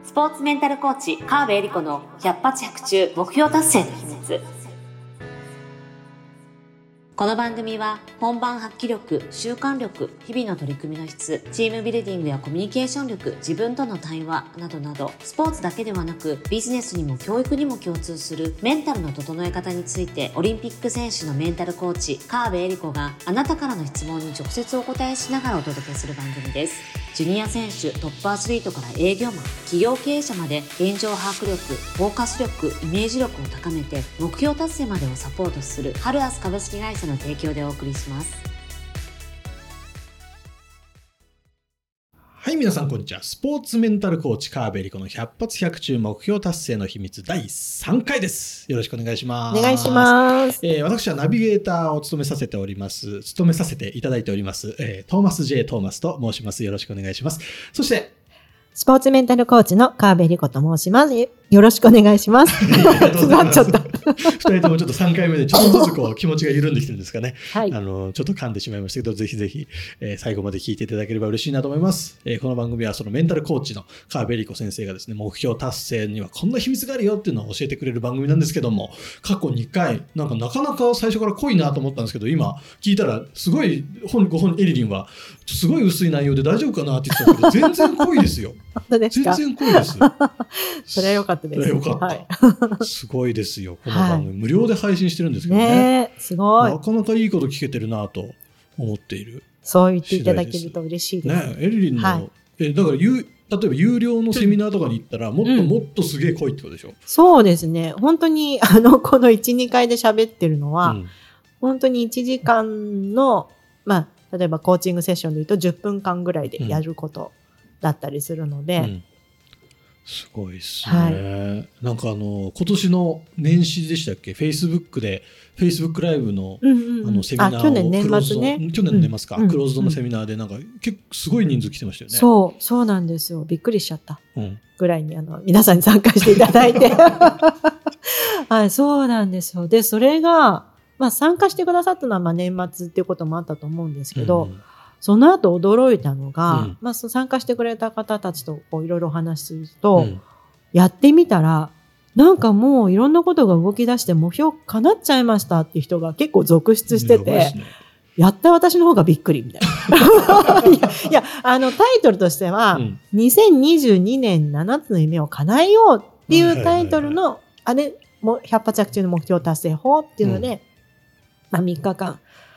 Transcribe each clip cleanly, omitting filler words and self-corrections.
スポーツメンタルコーチ川辺恵理子の百発百中目標達成の秘密。この番組は本番発揮力、習慣力、日々の取り組みの質、チームビルディングやコミュニケーション力、自分との対話などなど、スポーツだけではなくビジネスにも教育にも共通するメンタルの整え方について、オリンピック選手のメンタルコーチ川辺恵理子があなたからの質問に直接お答えしながらお届けする番組です。ジュニア選手、トップアスリートから営業マン、企業経営者まで現状把握力、フォーカス力、イメージ力を高めて目標達成までをサポートするハルアス株式会社の提供でお送りします。 はい、皆さんこんにちは。スポーツメンタルコーチ川辺恵理子の百発百中目標達成の秘密第3回です。よろしくお願いします。 お願いします。 私はナビゲーターを務めさせていただいております、トーマス J トーマスと申します。よろしくお願いします。そしてスポーツメンタルコーチの川辺恵理子と申します。よろしくお願いします。なっちゃった。 2人ともちょっと3回目でちょっとずつ気持ちが緩んできてるんですかね。 はい。 ちょっと噛んでしまいましたけど、ぜひぜひ、最後まで聞いていただければ嬉しいなと思います。この番組はそのメンタルコーチの川辺恵理子先生がですね、目標達成にはこんな秘密があるよっていうのを教えてくれる番組なんですけども、過去2回、なかなか最初から濃いなと思ったんですけど、今聞いたらすごいご本エリリンはすごい薄い内容で大丈夫かなって言ってたけど、全然濃いですよ。 本当ですか？ 全然濃いです。 それは良かったです。 それは良かった。 はいすごいですよ。この番組、無料で配信してるんですけどね。 ねえ、すごい。 なかなかいいこと聞けてるなと思っている。 そう言っていただけると嬉しいです。 ね、エリリンの、だから例えば有料のセミナーとかに行ったら、もっとすげえ濃いってことでしょ？ そうですね。本当にこの1、2回で喋ってるのは、本当に1時間の、例えばコーチングセッションで言うと10分間ぐらいでやることだったりするので、 すごいですね。なんか今年の年始でしたっけ、Facebook ライブの、セミナーを去年年末ね。 去年の年末か、クローズドのセミナーでなんか結構すごい人数来てましたよね。 そうなんですよ。びっくりしちゃった。ぐらいに皆さんに参加していただいて。はい、そうなんですよ。で、それが、参加してくださったのは年末っていうこともあったと思うんですけど、その後驚いたのが、参加してくれた方たちといろいろお話しすると、やってみたら、なんかもういろんなことが動き出して目標叶っちゃいましたっていう人が結構続出してて、やった私の方がびっくりみたいな。いや、タイトルとしては、2022年7つの夢を叶えようっていうタイトルの、百発百中の目標達成法っていうので、3日間、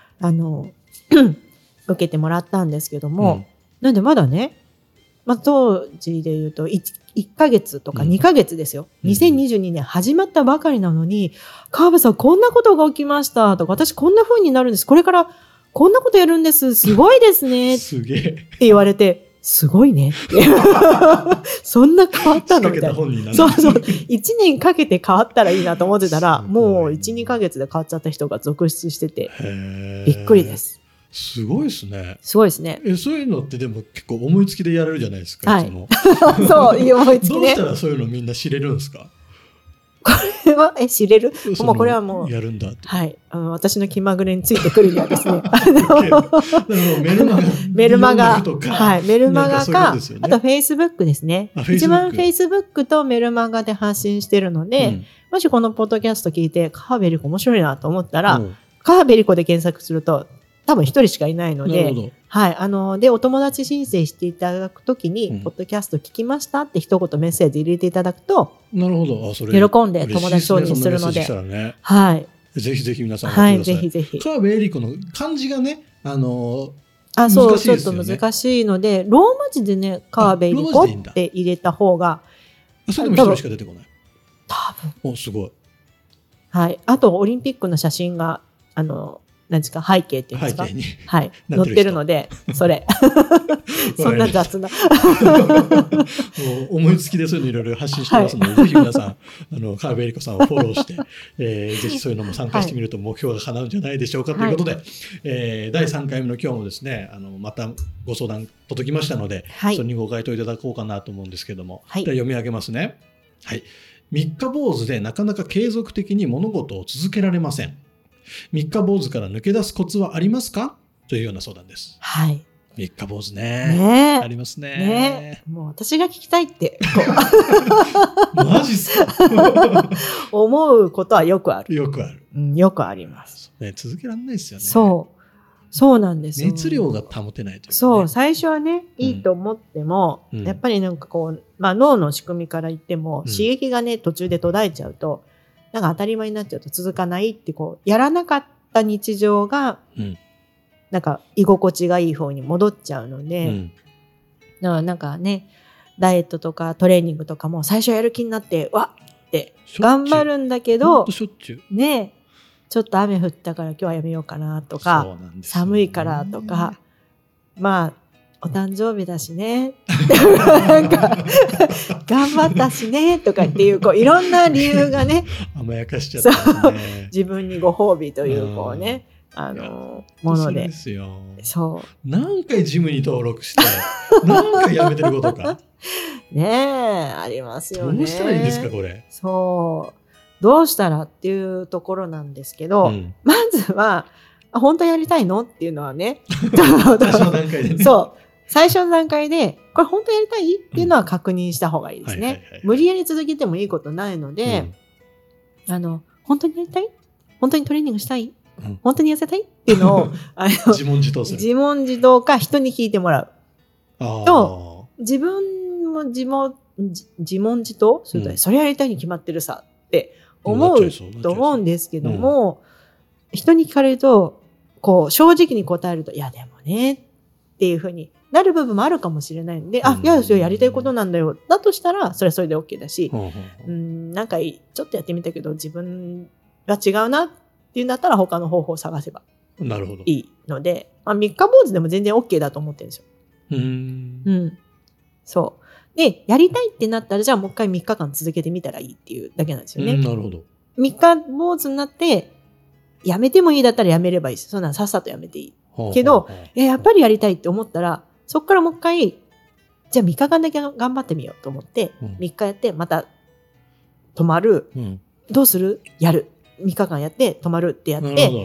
受けてもらったんですけども、なんでまだね、当時で言うと 1ヶ月とか2ヶ月ですよ。2022年始まったばかりなのに、川辺さんこんなことが起きましたとか、私こんな風になるんです。これからこんなことやるんです。すごいですね。 すげえ。って言われて、すごいね。そんな変わったのみたいな。そう。1年かけて変わったらいいなと思ってたら、もう1、2ヶ月で変わっちゃった人が続出してて、びっくりです。 すごいですね。 すごいですね。 そういうのってでも結構思いつきでやれるじゃないですか。 はい。そう、思いつきね。 どうしたらそういうのみんな知れるんですか？ これは、知れる？もうこれはもう。 やるんだ。 はい。私の気まぐれについてくるにはですね。メルマガ。はい。メルマガか、あと Facebook ですね。一番 Facebook とメルマガで発信してるので、もしこのポッドキャスト聞いて、川辺恵理子面白いなと思ったら、川辺恵理子で検索すると、多分一人しかいないので、はい。で、お友達申請していただくときに、ポッドキャスト聞きましたって一言メッセージ入れていただくと、 なるほど。 喜んで友達承認するので、はい。 ぜひぜひ皆さんはい、ぜひぜひ。 川辺恵理子の漢字がね、 そう、ちょっと難しいので、ローマ字でね、川辺恵理子って入れた方が、 それでも一人しか出てこない。 多分。 すごい。はい。 あと、オリンピックの写真が、何ですか、背景っていうんですか、はい、載ってるので、それ。そんな雑な。 思いつきでそういうのいろいろ発信してますので、ぜひ皆さん、川辺恵理子さんをフォローして、ぜひそういうのも参加してみると目標が叶うんじゃないでしょうかということで、第3回目の今日もですね、またご相談届きましたので、それにご回答いただこうかなと思うんですけども、では読み上げますね。はい。三日坊主でなかなか継続的に物事を続けられません。三日坊主から抜け出すコツはありますか？というような相談です。 はい。 三日坊主ね。 ねありますね。 ねもう私が聞きたいってマジっすか思うことはよくある。 よくある。 よくあります。 ね、続けられないですよね。 そうなんですよ。 熱量が保てないというか、ね。 そう、最初はね、いいと思っても、やっぱりなんかこう、脳の仕組みから言っても、刺激がね、途中で途絶えちゃうと、なんか当たり前になっちゃうと続かないってやらなかった日常が、なんか居心地がいい方に戻っちゃうので、なんかね、ダイエットとかトレーニングとかも最初やる気になって、わっって頑張るんだけど、ね、ちょっと雨降ったから今日はやめようかなとか、寒いからとか、まあ、お誕生日だしね、なんか、頑張ったしね、とかっていう、いろんな理由がね、 甘やかしちゃったね。 自分にご褒美という、ね、もので。 そう。何回ジムに登録して、何回やめてることか。 ねえ、ありますよね。 どうしたらいいんですか、これ。 そう。どうしたらっていうところなんですけど、まずは、本当やりたいのっていうのはね。 最初の段階でね。 そう。最初の段階で、これ本当やりたいっていうのは確認した方がいいですね。無理やり続けてもいいことないので、本当にやりたい？本当にトレーニングしたい？本当に痩せたいっていうのを、 自問自答する。 自問自答か人に聞いてもらう。と、自分も自問自答すると、それやりたいに決まってるさって思うと思うんですけども、人に聞かれると、正直に答えると、いやでもね、っていうふうになる部分もあるかもしれないんで、いや、それやりたいことなんだよ。だとしたら、それはそれで OK だし、なんかちょっとやってみたけど、自分が違うなっていうんだったら、他の方法を探せばいいので、三日坊主でも全然 OK だと思ってるんですよ。そう。で、やりたいってなったら、じゃあもう一回3日間続けてみたらいいっていうだけなんですよね。 なるほど。 三日坊主になって、やめてもいいだったらやめればいいです。そんなさっさとやめていい。けど、やっぱりやりたいって思ったら、そこからもう一回、じゃあ3日間だけ頑張ってみようと思って、3日やって、また止まる。どうする？やる。3日間やって、止まるってやって、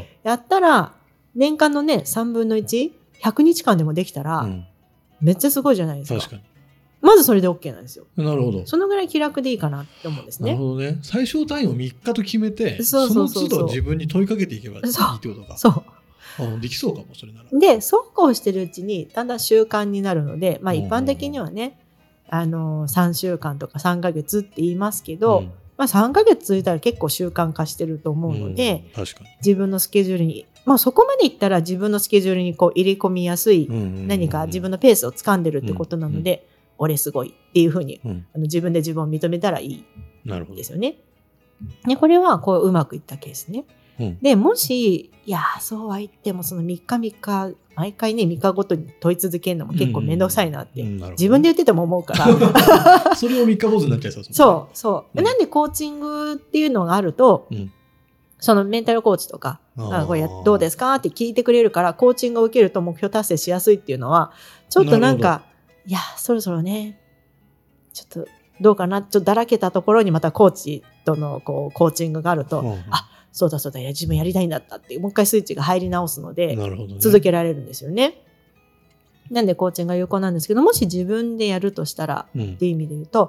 やったら、年間のね、3分の1、100日間でもできたら、めっちゃすごいじゃないですか。確かに。まずそれで OK なんですよ。 なるほど。 そのぐらい気楽でいいかなって思うんですね。 なるほどね。最小単位を3日と決めて、その都度自分に問いかけていけばいいってことか。 そう。 できそうかも、それなら。 で、そうこうしてるうちに、だんだん習慣になるので、一般的にはね、3週間とか3ヶ月って言いますけど、3ヶ月続いたら結構習慣化してると思うので、 確かに自分のスケジュールに、そこまでいったら自分のスケジュールに入れ込みやすい、何か自分のペースを掴んでるってことなので、俺すごいっていうふうに、自分で自分を認めたらいいですよね。でこれはうまくいったケースね。でもし、いやそうは言ってもその3日毎回ね3日ごとに問い続けるのも結構めんどくさいなって、自分で言ってても思うからそれを3日坊主になっちゃいそうですね。そう、なんでコーチングっていうのがあると、そのメンタルコーチとかこれどうですかって聞いてくれるから、コーチングを受けると目標達成しやすいっていうのはちょっとなんか、いやそろそろねちょっとどうかな、ちょっとだらけたところにまたコーチとのコーチングがあると、そうだいや自分やりたいんだったってもう一回スイッチが入り直すので、続けられるんですよね。なんでコーチングが有効なんですけど、もし自分でやるとしたら、っていう意味で言うと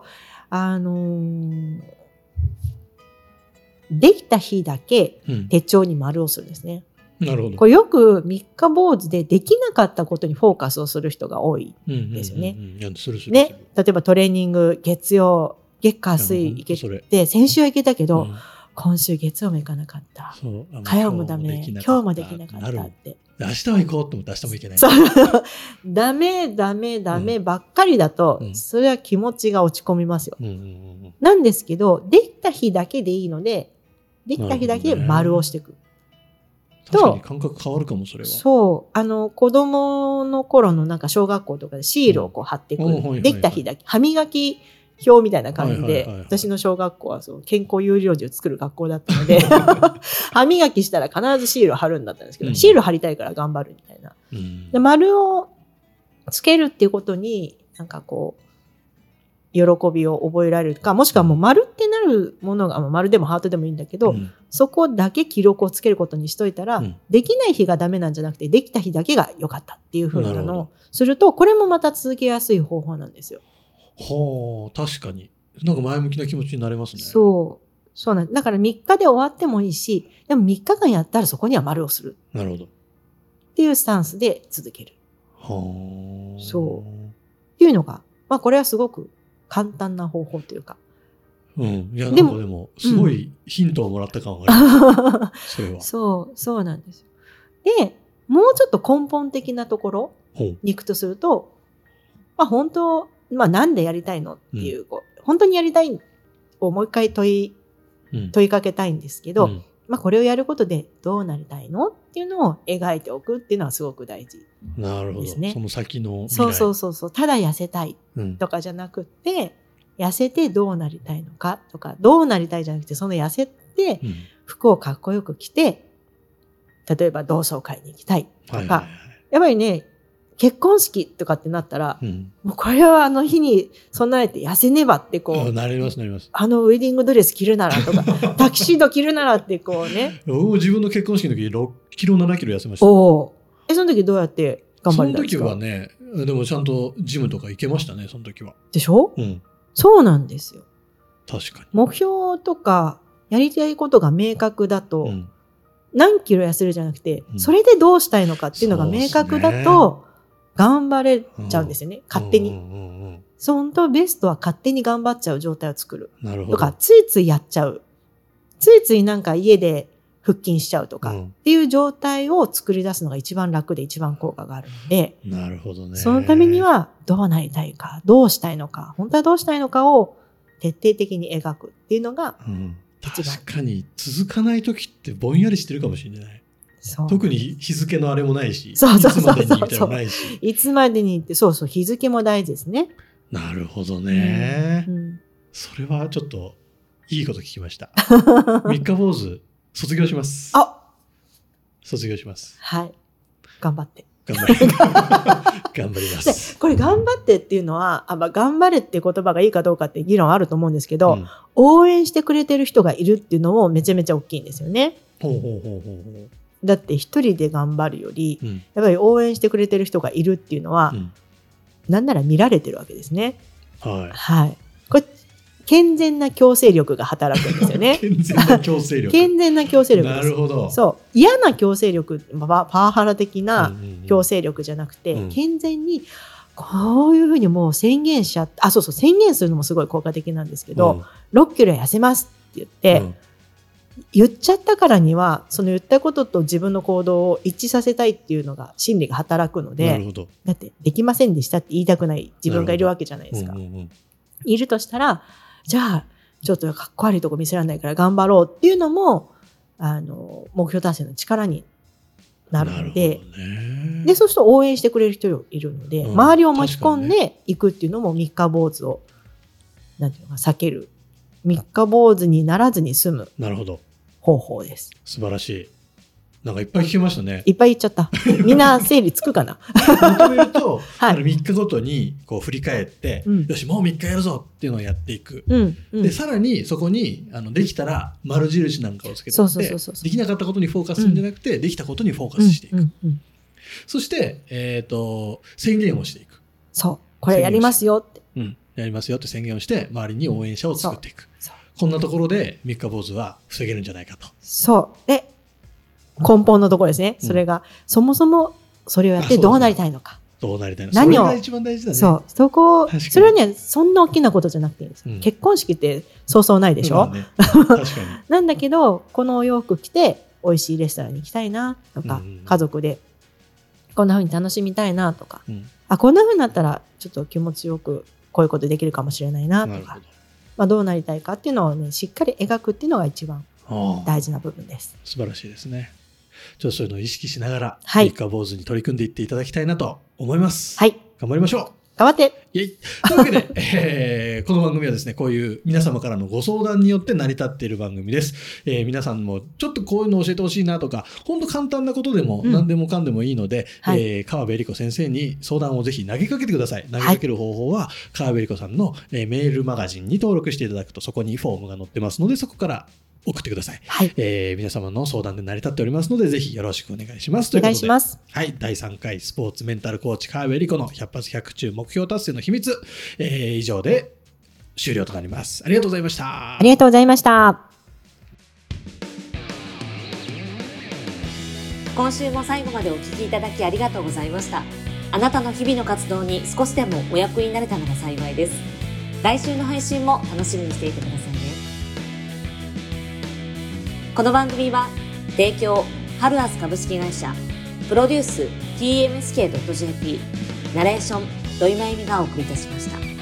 できた日だけ手帳に丸をするんですね。 なるほど。 これよく三日坊主でできなかったことにフォーカスをする人が多いんですよね。例えばトレーニング月火水行けて、先週は行けたけど、今週月曜も行かなかった。火曜もダメ、今日もできなかったって。 明日は行こうと思って明日も行けない。 ダメばっかりだと、それは気持ちが落ち込みますよ。なんですけど、できた日だけでいいので、できた日だけ丸をしていく。 確かに感覚変わるかも、それは。 そう。子供の頃のなんか小学校とかでシールを貼っていく。できた日だけ。歯磨き表みたいな感じで、私の小学校は健康有料児を作る学校だったので、歯磨きしたら必ずシールを貼るんだったんですけど、シール貼りたいから頑張るみたいな。で丸をつけるっていうことに、なんか喜びを覚えられるか、もしくはもう丸ってなるものが、丸でもハートでもいいんだけど、 うんそこだけ記録をつけることにしといたら、 うんできない日がダメなんじゃなくて、できた日だけが良かったっていう風ななるほどのをすると、これもまた続けやすい方法なんですよ。 はあ、確かに。なんか前向きな気持ちになれますね。 そうなんだから3日で終わってもいいし、でも3日間やったらそこには丸をするなるほど。 っていうスタンスで続ける。 はあ。 そうっていうのが、これはすごく簡単な方法というか。 うん。いや、なんでもかでも、すごいヒントをもらった感があります。それは。 そうなんですよ。で、もうちょっと根本的なところほう。 に行くとすると、本当、なんでやりたいのっていう、本当にやりたいをもう一回問いかけたいんですけど、これをやることでどうなりたいのっていうのを描いておくっていうのはすごく大事なるほど。 ですね。 その先の未来。 そう。ただ痩せたいとかじゃなくて、痩せてどうなりたいのかとか、どうなりたいじゃなくて、その痩せて服をかっこよく着て、例えば同窓会に行きたいとか、やっぱりね、結婚式とかってなったら、もうこれは日に備えて痩せねばってなります。 ウェディングドレス着るならとか、タキシード着るならってね。 自分の結婚式の時6キロ7キロ痩せました。 その時どうやって頑張れたんですか？ その時はね、でもちゃんとジムとか行けましたね、その時は。 でしょ？そうなんですよ。 確かに。 目標とかやりたいことが明確だと、何キロ痩せるじゃなくて、それでどうしたいのかっていうのが明確だと、頑張れちゃうんですよね、勝手に。本当ベストは勝手に頑張っちゃう状態を作る。 なるほど。 とか、ついついやっちゃう。ついついなんか家で腹筋しちゃうとか、っていう状態を作り出すのが一番楽で一番効果があるので、 なるほどね。 そのためにはどうなりたいか、どうしたいのか、本当はどうしたいのかを徹底的に描くっていうのが一番。 確かに続かない時ってぼんやりしてるかもしれない。特に日付のあれもないし、いつまでにみたいなのもないし。 いつまでにって、日付も大事ですね。 なるほどね。それはちょっといいこと聞きました。三日坊主卒業します。卒業します。 はい。頑張って。 頑張ります。 これ頑張ってっていうのは、頑張れっていう言葉がいいかどうかって議論あると思うんですけど、応援してくれてる人がいるっていうのもめちゃめちゃ大きいんですよね。だって一人で頑張るより、やっぱり応援してくれてる人がいるっていうのは、なんなら見られてるわけですね。はい。これ健全な強制力が働くんですよね。 健全な強制力。 健全な強制力です。 なるほど。 そう。嫌な強制力、パワハラ的な強制力じゃなくて、健全にこういうふうにもう宣言しちゃって、宣言するのもすごい効果的なんですけど、6キロ痩せますって言って、言っちゃったからには、その言ったことと自分の行動を一致させたいっていうのが心理が働くので、だってできませんでしたって言いたくない自分がいるわけじゃないですか。いるとしたら、じゃあちょっとかっこ悪いとこ見せられないから頑張ろうっていうのも目標達成の力になるので、でそうすると応援してくれる人いるので、周りを巻き込んでいくっていうのも三日坊主をなんていうのか避ける、三日坊主にならずに済む方法です。 素晴らしい。なんかいっぱい聞きましたね。 いっぱい言っちゃった。みんな整理つくかな。 まとめると、3日ごとにこう振り返って、よしもう3日やるぞっていうのをやっていく。でさらにそこにできたら丸印なんかをつけてって、できなかったことにフォーカスするんじゃなくて、できたことにフォーカスしていく。そして宣言をしていく。 これやりますよって。 やりますよって宣言をして周りに応援者を作っていく。こんなところで三日坊主は防げるんじゃないかと。 で根本のところですね。それが、そもそもそれをやってどうなりたいのか。 どうなりたいのか。それが一番大事だね。 それはね、そんな大きなことじゃなくていいんです。結婚式ってそうそうないでしょ。 確かに。 なんだけど、このお洋服着て美味しいレストランに行きたいなとか、家族でこんな風に楽しみたいなとか、こんな風になったらちょっと気持ちよくこういうことできるかもしれないなとか、どうなりたいかっていうのをね、しっかり描くっていうのが一番大事な部分です。 素晴らしいですね。ちょっとそういうのを意識しながら、三日坊主に取り組んでいっていただきたいなと思います。頑張りましょう。 頑張ってイェイというわけで、この番組はですね、こういう皆様からのご相談によって成り立っている番組です。皆さんもちょっとこういうの教えてほしいなとか、本当簡単なことでも何でもかんでもいいので、川辺理子先生に相談をぜひ投げかけてください。投げかける方法は、川辺理子さんの、メールマガジンに登録していただくと、そこにフォームが載ってますので、そこから送ってください。 はい。 皆様の相談で成り立っておりますので、ぜひよろしくお願いします。 お願いします。 はい。第3回スポーツメンタルコーチ川辺理子の100発100中目標達成の秘密、以上で終了となります。ありがとうございました。 ありがとうございました。 今週も最後までお聞きいただきありがとうございました。あなたの日々の活動に少しでもお役になれたなら幸いです。来週の配信も楽しみにしていてくださいね。この番組は提供ハルアス株式会社、プロデュース TMSK.jp、ナレーション土井真由美がお送りいたしました。